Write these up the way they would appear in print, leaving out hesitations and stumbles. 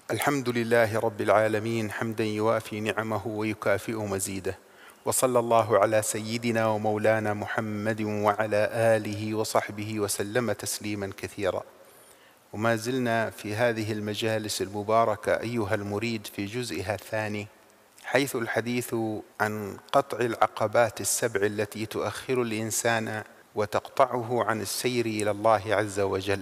الحمد لله رب العالمين حمدا يوافي نعمه ويكافئ مزيده، وصلى الله على سيدنا ومولانا محمد وعلى آله وصحبه وسلم تسليما كثيرا. وما زلنا في هذه المجالس المباركة أيها المريد في جزئها الثاني، حيث الحديث عن قطع العقبات السبع التي تؤخر الإنسان وتقطعه عن السير إلى الله عز وجل،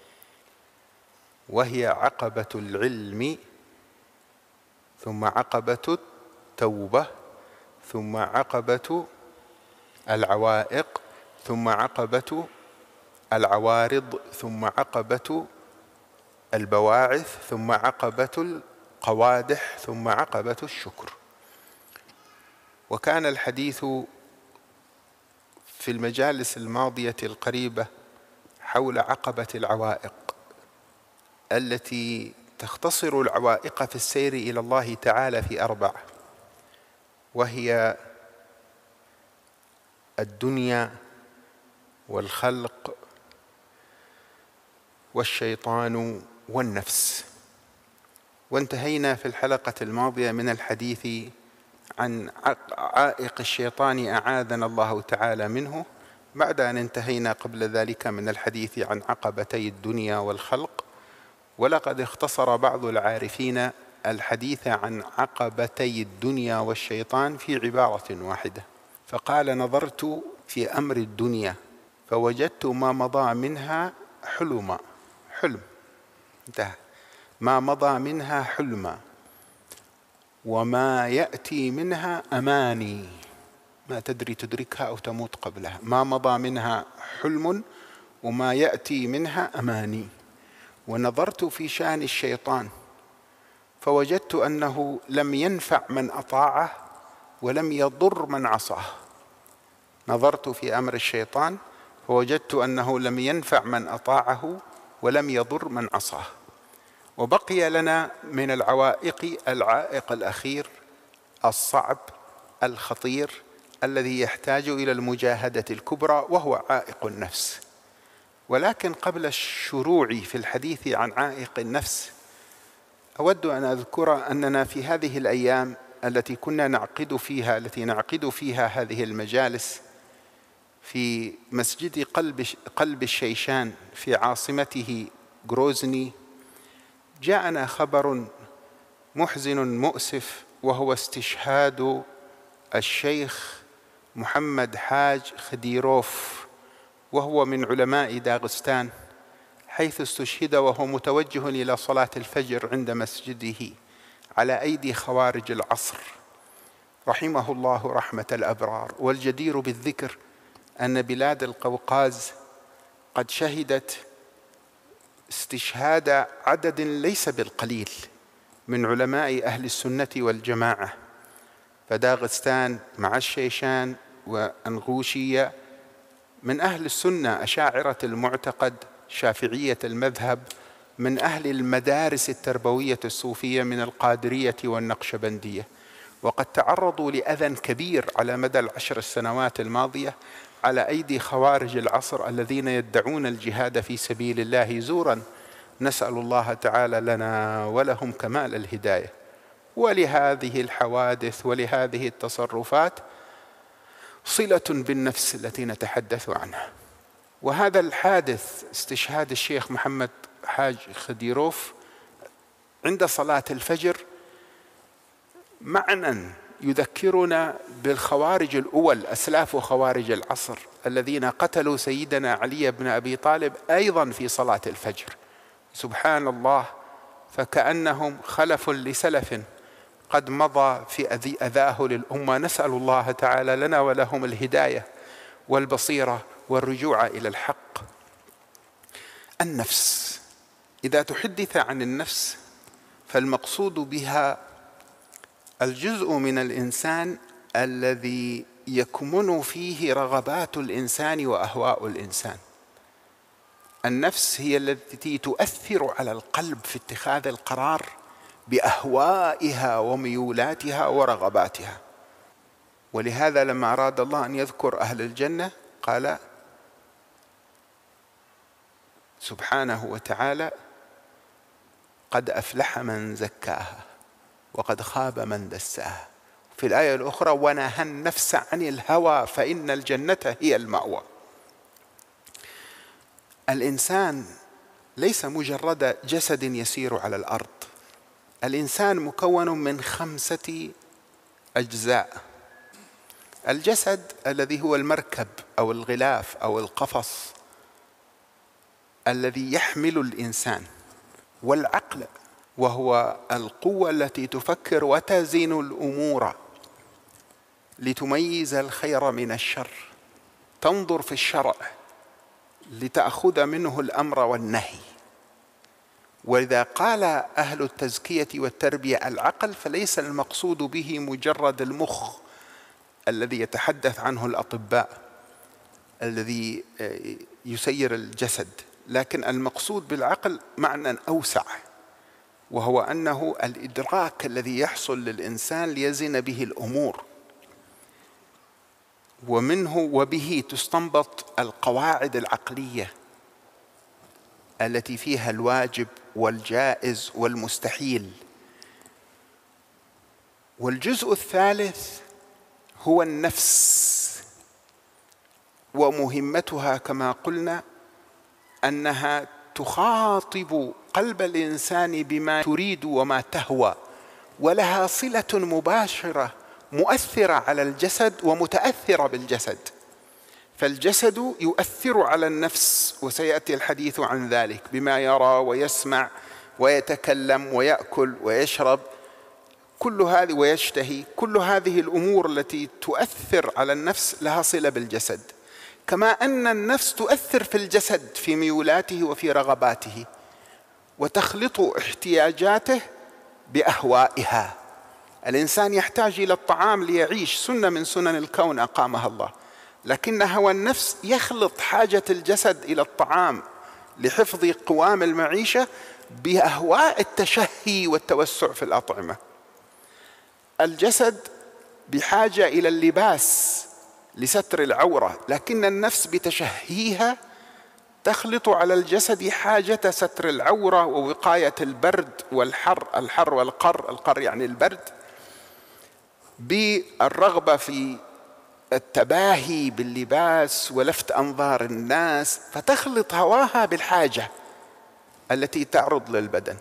وهي عقبة العلم، ثم عقبة التوبة، ثم عقبة العوائق، ثم عقبة العوارض، ثم عقبة البواعث، ثم عقبة القوادح، ثم عقبة الشكر. وكان الحديث في المجالس الماضية القريبة حول عقبة العوائق التي تختصر العوائق في السير إلى الله تعالى في أربع، وهي الدنيا والخلق والشيطان والنفس. وانتهينا في الحلقة الماضية من الحديث عن عائق الشيطان أعاذنا الله تعالى منه، بعد أن انتهينا قبل ذلك من الحديث عن عقبتي الدنيا والخلق. ولقد اختصر بعض العارفين الحديث عن عقبتي الدنيا والشيطان في عبارة واحدة، فقال: نظرت في أمر الدنيا فوجدت ما مضى منها حلم انتهى، ما مضى منها حلما، وما يأتي منها أماني، ما تدري تدركها أو تموت قبلها. ما مضى منها حلم وما يأتي منها أماني. ونظرت في شأن الشيطان فوجدت أنه لم ينفع من أطاعه ولم يضر من عصاه. نظرت في أمر الشيطان فوجدت أنه لم ينفع من أطاعه ولم يضر من عصاه. وبقي لنا من العوائق العائق الأخير الصعب الخطير الذي يحتاج إلى المجاهدة الكبرى، وهو عائق النفس. ولكن قبل الشروع في الحديث عن عائق النفس، أود أن أذكر أننا في هذه الأيام التي نعقد فيها هذه المجالس في مسجد قلب الشيشان في عاصمته غروزني، جاءنا خبر محزن مؤسف، وهو استشهاد الشيخ محمد حاج خديروف، وهو من علماء داغستان، حيث استشهد وهو متوجه إلى صلاة الفجر عند مسجده على أيدي خوارج العصر، رحمه الله رحمة الأبرار. والجدير بالذكر أن بلاد القوقاز قد شهدت استشهاد عدد ليس بالقليل من علماء أهل السنة والجماعة، فداغستان مع الشيشان وأنغوشية من أهل السنة، أشاعرة المعتقد، شافعية المذهب، من أهل المدارس التربوية الصوفية من القادرية والنقشبندية، وقد تعرضوا لأذى كبير على مدى 10 سنوات الماضية على أيدي خوارج العصر الذين يدعون الجهاد في سبيل الله زورا. نسأل الله تعالى لنا ولهم كمال الهداية. ولهذه الحوادث ولهذه التصرفات صلة بالنفس التي نتحدث عنها. وهذا الحادث استشهاد الشيخ محمد حاج خديروف عند صلاة الفجر معنى يذكرنا بالخوارج الأول، أسلاف خوارج العصر الذين قتلوا سيدنا علي بن أبي طالب أيضا في صلاة الفجر. سبحان الله، فكأنهم خلف لسلف قد مضى في أذاه للأمة. نسأل الله تعالى لنا ولهم الهداية والبصيرة والرجوع إلى الحق. النفس، إذا تحدث عن النفس فالمقصود بها الجزء من الإنسان الذي يكمن فيه رغبات الإنسان وأهواء الإنسان. النفس هي التي تؤثر على القلب في اتخاذ القرار بأهوائها وميولاتها ورغباتها. ولهذا لما أراد الله أن يذكر أهل الجنة قال سبحانه وتعالى: قد أفلح من زكاها وقد خاب من دساها. في الآية الأخرى ونهى النفس عن الهوى فإن الجنة هي المأوى. الإنسان ليس مجرد جسد يسير على الأرض، الإنسان مكون من 5 أجزاء. الجسد الذي هو المركب أو الغلاف أو القفص الذي يحمل الإنسان، والعقل وهو القوة التي تفكر وتزين الأمور لتميز الخير من الشر، تنظر في الشرع لتأخذ منه الأمر والنهي. وإذا قال أهل التزكية والتربية العقل فليس المقصود به مجرد المخ الذي يتحدث عنه الأطباء الذي يسير الجسد، لكن المقصود بالعقل معنى أوسع، وهو أنه الإدراك الذي يحصل للإنسان ليزن به الأمور، ومنه وبه تستنبط القواعد العقلية التي فيها الواجب والجائز والمستحيل. والجزء الثالث هو النفس، ومهمتها كما قلنا أنها تخاطب قلب الإنسان بما تريد وما تهوى، ولها صلة مباشرة مؤثرة على الجسد ومتأثرة بالجسد. فالجسد يؤثر على النفس، وسيأتي الحديث عن ذلك، بما يرى ويسمع ويتكلم ويأكل ويشرب كل هذه ويشتهي، كل هذه الأمور التي تؤثر على النفس لها صلة بالجسد، كما أن النفس تؤثر في الجسد في ميولاته وفي رغباته، وتخلط احتياجاته بأهوائها. الإنسان يحتاج إلى الطعام ليعيش، سنة من سنن الكون أقامها الله، لكن هوى النفس يخلط حاجة الجسد إلى الطعام لحفظ قوام المعيشة بأهواء التشهي والتوسع في الأطعمة. الجسد بحاجة إلى اللباس لستر العورة، لكن النفس بتشهيها تخلط على الجسد حاجة ستر العورة ووقاية البرد والحر، الحر والقر، القر يعني البرد، بالرغبة في التباهي باللباس ولفت أنظار الناس، فتخلط هواها بالحاجة التي تعرض للبدن.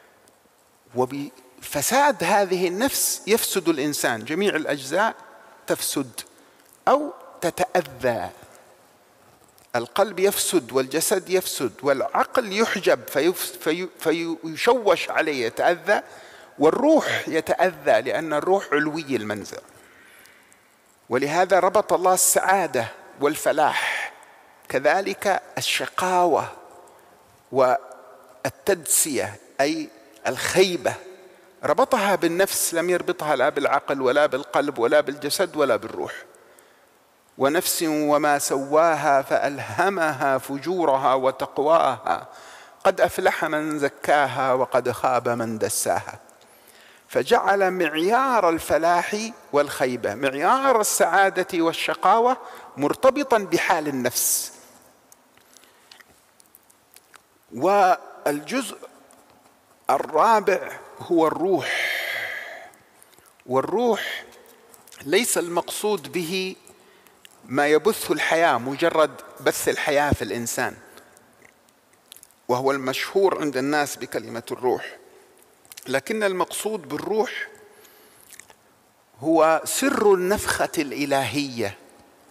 وبفساد هذه النفس يفسد الإنسان، جميع الأجزاء تفسد أو تتأذى. القلب يفسد والجسد يفسد، والعقل يحجب فيشوش عليه يتأذى، والروح يتأذى لأن الروح علوي المنزل. ولهذا ربط الله السعادة والفلاح، كذلك الشقاوة والتدسية أي الخيبة، ربطها بالنفس، لم يربطها لا بالعقل ولا بالقلب ولا بالجسد ولا بالروح. ونفس وما سواها فألهمها فجورها وتقواها قد أفلح من زكاها وقد خاب من دساها. فجعل معيار الفلاح والخيبة، معيار السعادة والشقاوة، مرتبطا بحال النفس. والجزء الرابع هو الروح. والروح ليس المقصود به ما يبث الحياة، مجرد بث الحياة في الإنسان، وهو المشهور عند الناس بكلمة الروح، لكن المقصود بالروح هو سر النفخة الإلهية،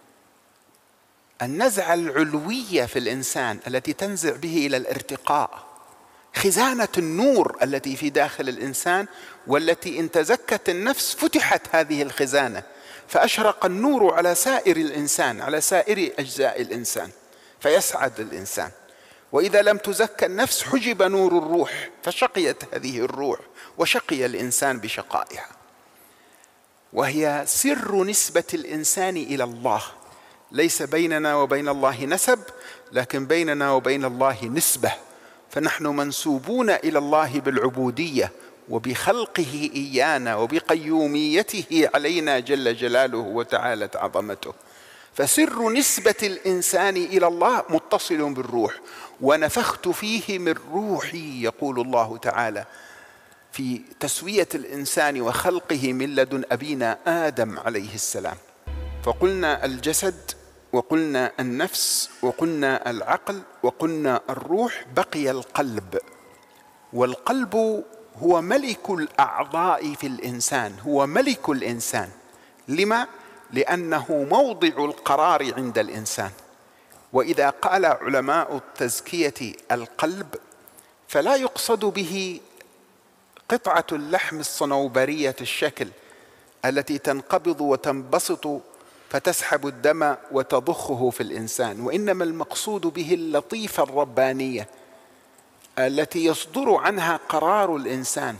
النزعة العلوية في الإنسان التي تنزع به إلى الارتقاء، خزانة النور التي في داخل الإنسان، والتي إن تزكت النفس فتحت هذه الخزانة فأشرق النور على سائر الإنسان، على سائر أجزاء الإنسان، فيسعد الإنسان. وإذا لم تزكى النفس حجب نور الروح فشقيت هذه الروح، وشقي الإنسان بشقائها. وهي سر نسبة الإنسان إلى الله، ليس بيننا وبين الله نسب، لكن بيننا وبين الله نسبة، فنحن منسوبون إلى الله بالعبودية وبخلقه إيانا وبقيوميته علينا جل جلاله وتعالت عظمته. فسر نسبة الإنسان إلى الله متصل بالروح. ونفخت فيه من روحي، يقول الله تعالى في تسوية الإنسان وخلقه من لدن أبينا آدم عليه السلام. فقلنا الجسد، وقلنا النفس، وقلنا العقل، وقلنا الروح، بقي القلب. والقلب هو ملك الأعضاء في الإنسان، هو ملك الإنسان. لما؟ لأنه موضع القرار عند الإنسان. وإذا قال علماء التزكية القلب فلا يقصد به قطعة اللحم الصنوبرية الشكل التي تنقبض وتنبسط فتسحب الدم وتضخه في الإنسان، وإنما المقصود به اللطيفة الربانية التي يصدر عنها قرار الإنسان،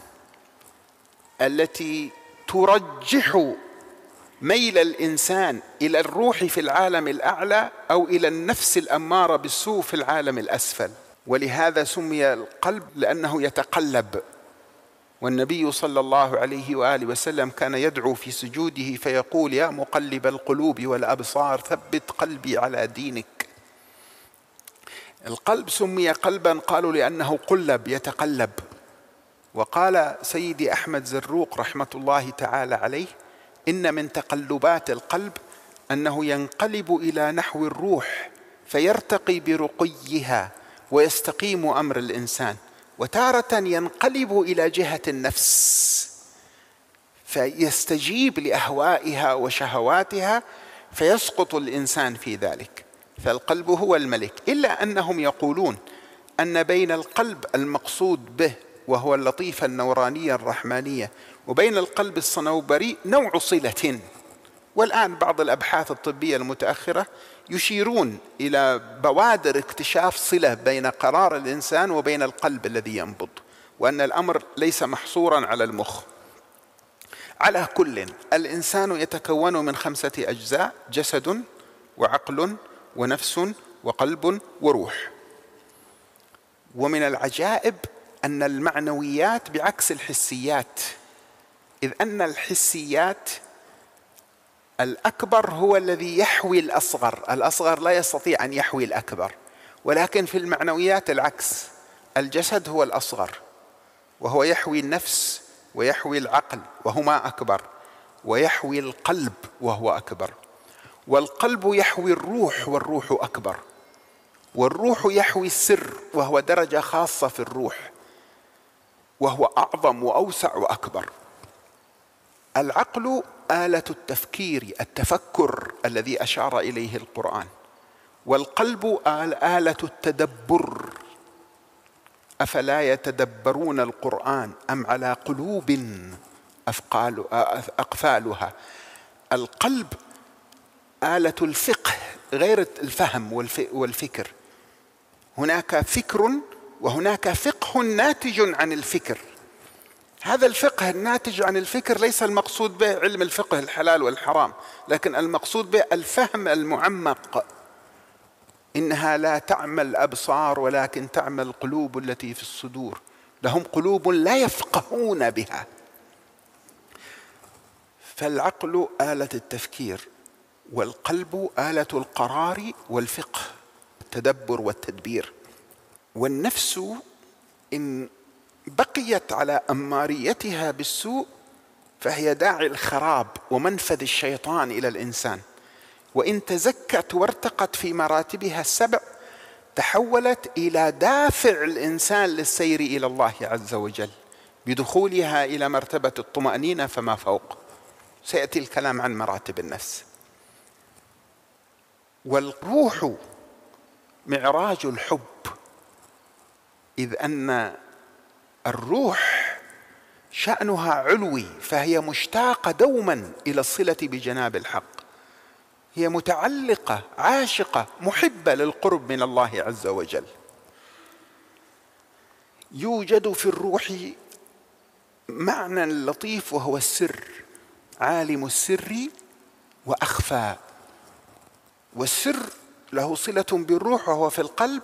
التي ترجح ميل الإنسان إلى الروح في العالم الأعلى أو إلى النفس الأمارة بالسوء في العالم الأسفل. ولهذا سمي القلب لأنه يتقلب. والنبي صلى الله عليه وآله وسلم كان يدعو في سجوده فيقول: يا مقلب القلوب والأبصار ثبت قلبي على دينك. القلب سمي قلبا قالوا لأنه قلب، يتقلب. وقال سيدي أحمد زروق رحمة الله تعالى عليه: إن من تقلبات القلب أنه ينقلب إلى نحو الروح فيرتقي برقيها ويستقيم أمر الإنسان، وتارة ينقلب إلى جهة النفس فيستجيب لأهوائها وشهواتها فيسقط الإنسان في ذلك. فالقلب هو الملك، إلا أنهم يقولون أن بين القلب المقصود به وهو اللطيفة النورانية الرحمانية وبين القلب الصنوبري نوع صلة. والآن بعض الأبحاث الطبية المتأخرة يشيرون إلى بوادر اكتشاف صلة بين قرار الإنسان وبين القلب الذي ينبض، وأن الأمر ليس محصورا على المخ. على كل، الإنسان يتكون من 5 أجزاء: جسد، وعقل، ونفس، وقلب، وروح. ومن العجائب أن المعنويات بعكس الحسيات، إذ أن الحسيات الأكبر هو الذي يحوي الأصغر، الأصغر لا يستطيع أن يحوي الأكبر. ولكن في المعنويات العكس، الجسد هو الأصغر وهو يحوي النفس ويحوي العقل وهما أكبر، ويحوي القلب وهو أكبر. والقلب يحوي الروح والروح أكبر، والروح يحوي السر وهو درجة خاصة في الروح وهو أعظم وأوسع وأكبر. العقل آلة التفكير، التفكر الذي أشار إليه القرآن. والقلب آلة التدبر. أفلا يتدبرون القرآن أم على قلوب أقفالها. القلب آلة الفقه غير الفهم والفكر. هناك فكر وهناك فقه ناتج عن الفكر. هذا الفقه الناتج عن الفكر ليس المقصود به علم الفقه الحلال والحرام، لكن المقصود به الفهم المعمق. إنها لا تعمى الأبصار ولكن تعمى القلوب التي في الصدور، لهم قلوب لا يفقهون بها. فالعقل آلة التفكير، والقلب آلة القرار والفقه، التدبر والتدبير. والنفس إن بقيت على أماريتها بالسوء فهي داعي الخراب ومنفذ الشيطان إلى الإنسان، وإن تزكت وارتقت في مراتبها السبع تحولت إلى دافع الإنسان للسير إلى الله عز وجل بدخولها إلى مرتبة الطمأنينة فما فوق. سيأتي الكلام عن مراتب النفس. والروح معراج الحب، إذ أن الروح شأنها علوي، فهي مشتاقة دوما إلى الصلة بجناب الحق، هي متعلقة عاشقة محبة للقرب من الله عز وجل. يوجد في الروح معنى لطيف وهو السر، عالم السر وأخفى. والسر له صلة بالروح وهو في القلب،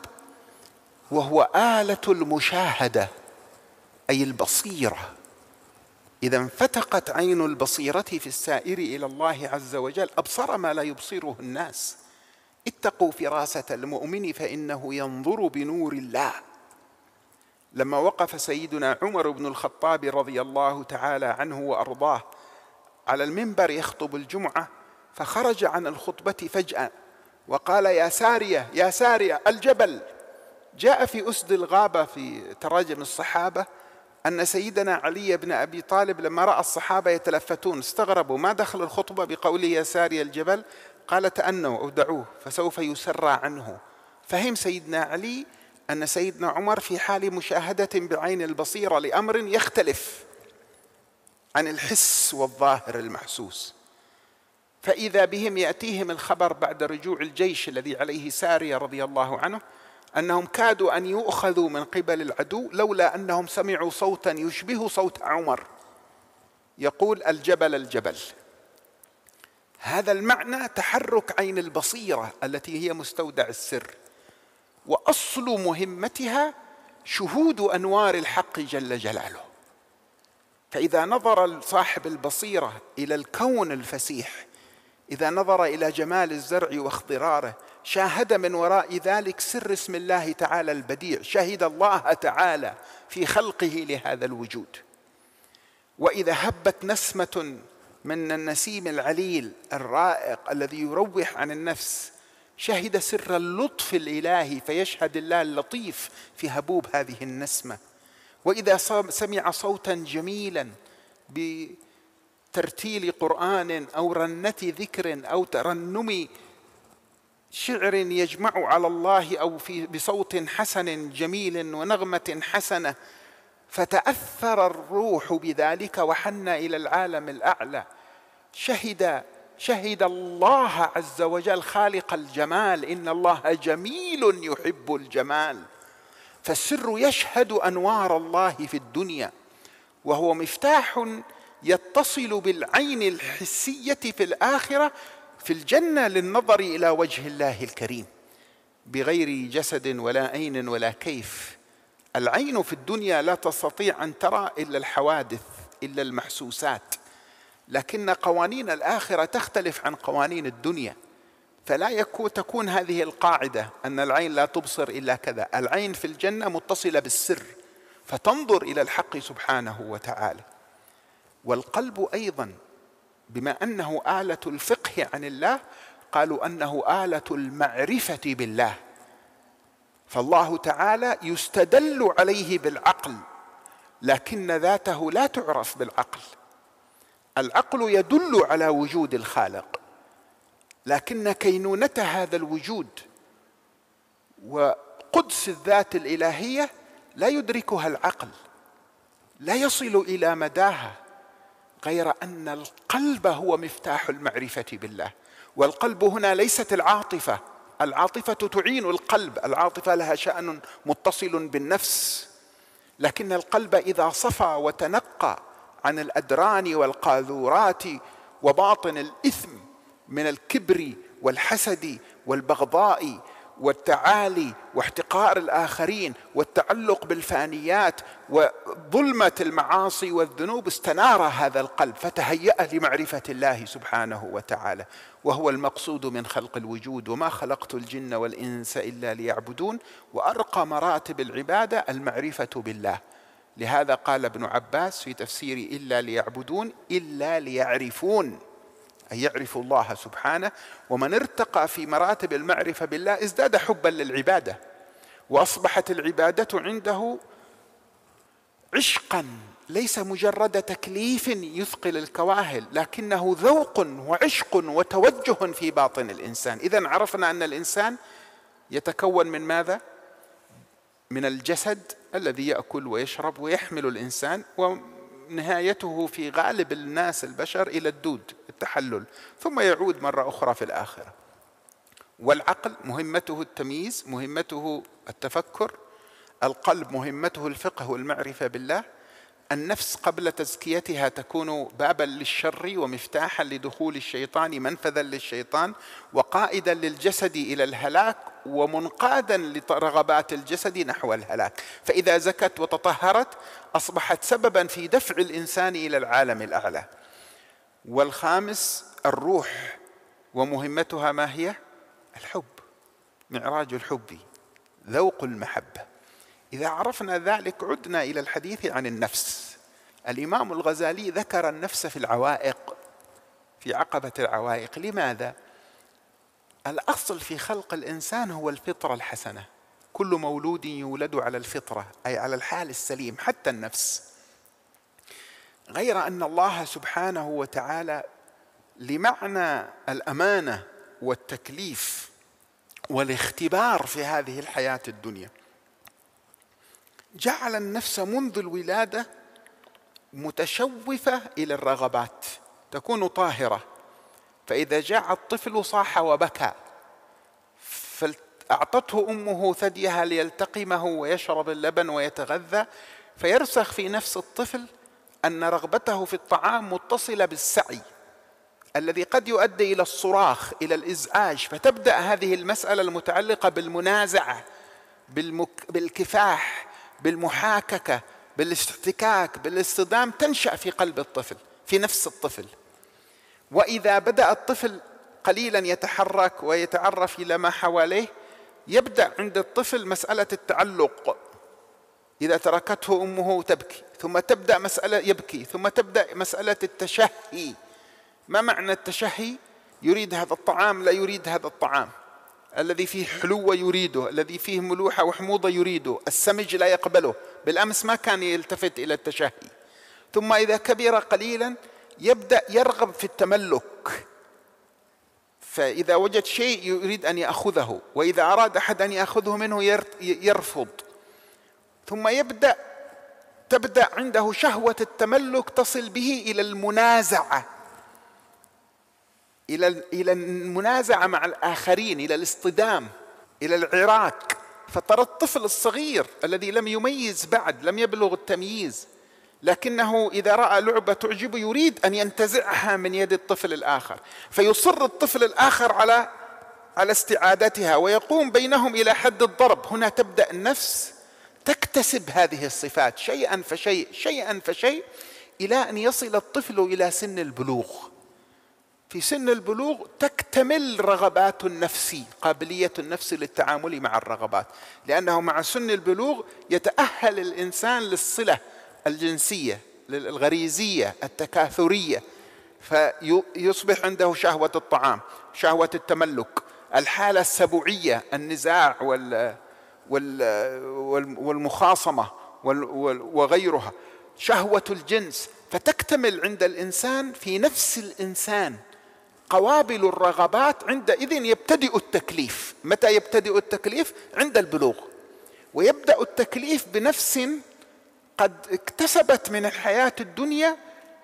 وهو آلة المشاهدة أي البصيرة. إذا انفتقت عين البصيرة في السائر إلى الله عز وجل أبصر ما لا يبصره الناس. اتقوا فراسة المؤمن فإنه ينظر بنور الله. لما وقف سيدنا عمر بن الخطاب رضي الله تعالى عنه وأرضاه على المنبر يخطب الجمعة، فخرج عن الخطبة فجأة وقال: يا سارية يا سارية الجبل. جاء في أسد الغابة في تراجم الصحابة أن سيدنا علي بن أبي طالب لما رأى الصحابة يتلفتون استغربوا، ما دخل الخطبة بقوله يا سارية الجبل؟ قال: تأنوا أو دعوه فسوف يسرى عنه. فهم سيدنا علي أن سيدنا عمر في حال مشاهدة بعين البصيرة لأمر يختلف عن الحس والظاهر المحسوس. فإذا بهم يأتيهم الخبر بعد رجوع الجيش الذي عليه سارية رضي الله عنه أنهم كادوا أن يؤخذوا من قبل العدو لولا أنهم سمعوا صوتا يشبه صوت عمر يقول: الجبل الجبل. هذا المعنى تحرك عين البصيرة التي هي مستودع السر، وأصل مهمتها شهود أنوار الحق جل جلاله. فإذا نظر صاحب البصيرة إلى الكون الفسيح، إذا نظر إلى جمال الزرع واخضراره، شاهد من وراء ذلك سر اسم الله تعالى البديع، شهد الله تعالى في خلقه لهذا الوجود. وإذا هبت نسمة من النسيم العليل الرائق الذي يروح عن النفس، شهد سر اللطف الإلهي فيشهد الله اللطيف في هبوب هذه النسمة. وإذا سمع صوتا جميلا بترتيل قرآن أو رنة ذكر أو ترنم شعر يجمع على الله أو بصوت حسن جميل ونغمة حسنة، فتأثر الروح بذلك وحن إلى العالم الأعلى. شهد الله عز وجل خالق الجمال، إن الله جميل يحب الجمال. فالسر يشهد أنوار الله في الدنيا، وهو مفتاح يتصل بالعين الحسية في الآخرة في الجنة للنظر إلى وجه الله الكريم بغير جسد ولا عين ولا كيف. العين في الدنيا لا تستطيع أن ترى إلا الحوادث، إلا المحسوسات، لكن قوانين الآخرة تختلف عن قوانين الدنيا. فلا تكون هذه القاعدة أن العين لا تبصر إلا كذا. العين في الجنة متصلة بالسر فتنظر إلى الحق سبحانه وتعالى. والقلب أيضا بما أنه آلة الفقه عن الله، قالوا أنه آلة المعرفة بالله. فالله تعالى يستدل عليه بالعقل، لكن ذاته لا تعرف بالعقل. العقل يدل على وجود الخالق، لكن كينونة هذا الوجود وقدس الذات الإلهية لا يدركها العقل، لا يصل إلى مداها، غير أن القلب هو مفتاح المعرفة بالله. والقلب هنا ليست العاطفة، العاطفة تعين القلب، العاطفة لها شأن متصل بالنفس، لكن القلب إذا صفى وتنقى عن الأدران والقاذورات وباطن الإثم من الكبر والحسد والبغضاء والتعالي واحتقار الآخرين والتعلق بالفانيات وظلمة المعاصي والذنوب، استنار هذا القلب فتهيأ لمعرفة الله سبحانه وتعالى، وهو المقصود من خلق الوجود: وما خلقت الجن والإنس إلا ليعبدون. وأرقى مراتب العبادة المعرفة بالله. لهذا قال ابن عباس في تفسير إلا ليعبدون: إلا ليعرفون، أن يعرفوا الله سبحانه. ومن ارتقى في مراتب المعرفة بالله ازداد حبا للعبادة، وأصبحت العبادة عنده عشقا، ليس مجرد تكليف يثقل الكواهل، لكنه ذوق وعشق وتوجه في باطن الإنسان. إذن عرفنا أن الإنسان يتكون من ماذا؟ من الجسد الذي يأكل ويشرب ويحمل الإنسان، ونهايته في غالب الناس البشر إلى الدود، التحلل، ثم يعود مرة أخرى في الآخرة. والعقل مهمته التمييز، مهمته التفكر. القلب مهمته الفقه والمعرفة بالله. النفس قبل تزكيتها تكون بابا للشر ومفتاحا لدخول الشيطان، منفذا للشيطان، وقائدا للجسد إلى الهلاك، ومنقادا لرغبات الجسد نحو الهلاك. فإذا زكت وتطهرت أصبحت سببا في دفع الإنسان إلى العالم الأعلى. والخامس الروح، ومهمتها ما هي؟ الحب، معراج الحب، ذوق المحبة. إذا عرفنا ذلك عدنا إلى الحديث عن النفس. الإمام الغزالي ذكر النفس في العوائق، في عقبة العوائق. لماذا؟ الأصل في خلق الإنسان هو الفطرة الحسنة، كل مولود يولد على الفطرة، أي على الحال السليم، حتى النفس. غير أن الله سبحانه وتعالى لمعنى الأمانة والتكليف والاختبار في هذه الحياة الدنيا جعل النفس منذ الولادة متشوفة إلى الرغبات، تكون طاهرة. فإذا جاء الطفل صاح وبكى فأعطته أمه ثديها ليلتقمه ويشرب اللبن ويتغذى، فيرسخ في نفس الطفل أن رغبته في الطعام متصلة بالسعي الذي قد يؤدي إلى الصراخ، إلى الإزعاج. فتبدأ هذه المسألة المتعلقة بالمنازعة، بالكفاح، بالمحاككة، بالاستحتكاك، بالاصطدام، تنشأ في قلب الطفل، في نفس الطفل. وإذا بدأ الطفل قليلا يتحرك ويتعرف إلى ما حواليه، يبدأ عند الطفل مسألة التعلق. إذا تركته أمه تبكي، ثم تبدأ مسألة يبكي، ثم تبدأ مسألة التشهي. ما معنى التشهي؟ يريد هذا الطعام، لا يريد هذا الطعام، الذي فيه حلوة يريده، الذي فيه ملوحة وحموضة يريده، السمج لا يقبله. بالأمس ما كان يلتفت إلى التشهي. ثم إذا كبر قليلا يبدأ يرغب في التملك، فإذا وجد شيء يريد أن يأخذه، وإذا أراد أحد أن يأخذه منه يرفض. ثم تبدأ عنده شهوة التملك تصل به إلى المنازعة، إلى المنازعة مع الآخرين، إلى الاصطدام، إلى العراك. فترى الطفل الصغير الذي لم يميز بعد، لم يبلغ التمييز، لكنه إذا رأى لعبة تعجبه يريد أن ينتزعها من يد الطفل الآخر، فيصر الطفل الآخر على استعادتها، ويقوم بينهم إلى حد الضرب. هنا تبدأ النفس تكتسب هذه الصفات شيئا فشيء، شيئا فشيء، إلى أن يصل الطفل إلى سن البلوغ. في سن البلوغ تكتمل رغبات النفس، قابلية النفس للتعامل مع الرغبات، لأنه مع سن البلوغ يتأهل الإنسان للصلة الجنسية، الغريزية، التكاثرية، فيصبح عنده شهوة الطعام، شهوة التملك، الحالة السبوعية، النزاع والمخاصمة وغيرها، شهوة الجنس. فتكتمل عند الإنسان في نفس الإنسان قوابل الرغبات. عندئذ يبتدئ التكليف. متى يبتدئ التكليف؟ عند البلوغ. ويبدأ التكليف بنفس قد اكتسبت من الحياة الدنيا،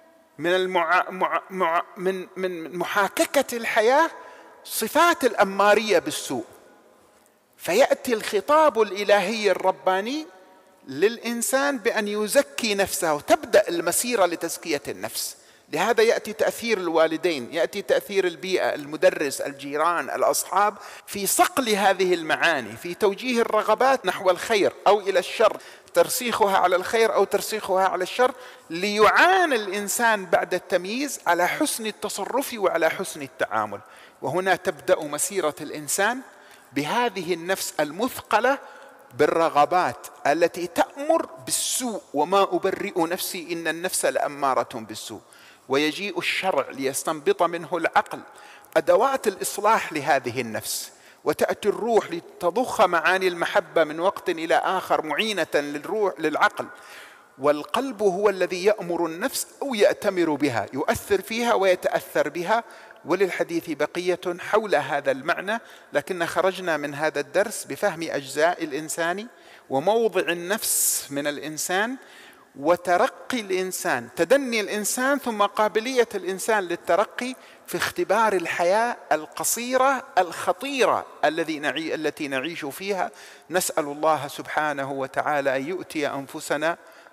من محاككة الحياة، صفات الأمارية بالسوء. فيأتي الخطاب الإلهي الرباني للإنسان بأن يزكي نفسه، تبدأ المسيرة لتزكية النفس. لهذا يأتي تأثير الوالدين، يأتي تأثير البيئة، المدرس، الجيران، الأصحاب، في صقل هذه المعاني، في توجيه الرغبات نحو الخير أو إلى الشر، ترسيخها على الخير أو ترسيخها على الشر، ليعان الإنسان بعد التمييز على حسن التصرف وعلى حسن التعامل. وهنا تبدأ مسيرة الإنسان بهذه النفس المثقلة بالرغبات التي تأمر بالسوء. وما أبرئ نفسي إن النفس لأمارة بالسوء. ويجيء الشرع ليستنبط منه العقل أدوات الإصلاح لهذه النفس، وتأتي الروح لتضخ معاني المحبة من وقت إلى آخر معينة للعقل. والقلب هو الذي يأمر النفس أو يأتمر بها، يؤثر فيها ويتأثر بها. وللحديث بقية حول هذا المعنى، لكن خرجنا من هذا الدرس بفهم أجزاء الإنسان وموضع النفس من الإنسان، وترقي الإنسان، تدني الإنسان، ثم قابلية الإنسان للترقي في اختبار الحياة القصيرة الخطيرة التي نعيش فيها. نسأل الله سبحانه وتعالى أن يؤتي أنفسنا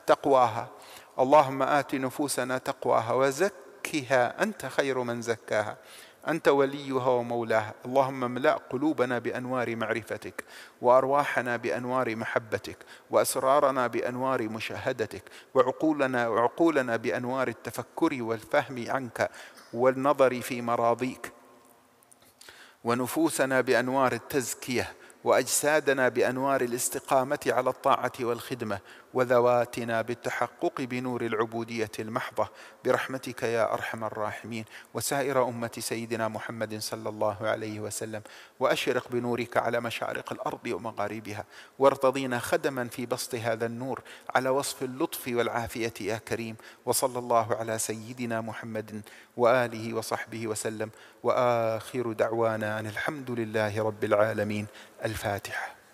تقواها. اللهم آت نفوسنا تقواها وزكها أنت خير من زكاها، أنت وليها ومولاها. اللهم املأ قلوبنا بأنوار معرفتك، وأرواحنا بأنوار محبتك، وأسرارنا بأنوار مشاهدتك، وعقولنا بأنوار التفكر والفهم عنك والنظر في مراضيك، ونفوسنا بأنوار التزكية، وأجسادنا بأنوار الاستقامة على الطاعة والخدمة، وذواتنا بالتحقق بنور العبودية المحضة، برحمتك يا أرحم الراحمين. وسائر أمة سيدنا محمد صلى الله عليه وسلم، وأشرق بنورك على مشارق الأرض ومغاربها، وارتضينا خدما في بسط هذا النور على وصف اللطف والعافية يا كريم. وصلى الله على سيدنا محمد وآله وصحبه وسلم، وآخر دعوانا أن الحمد لله رب العالمين. الفاتحة.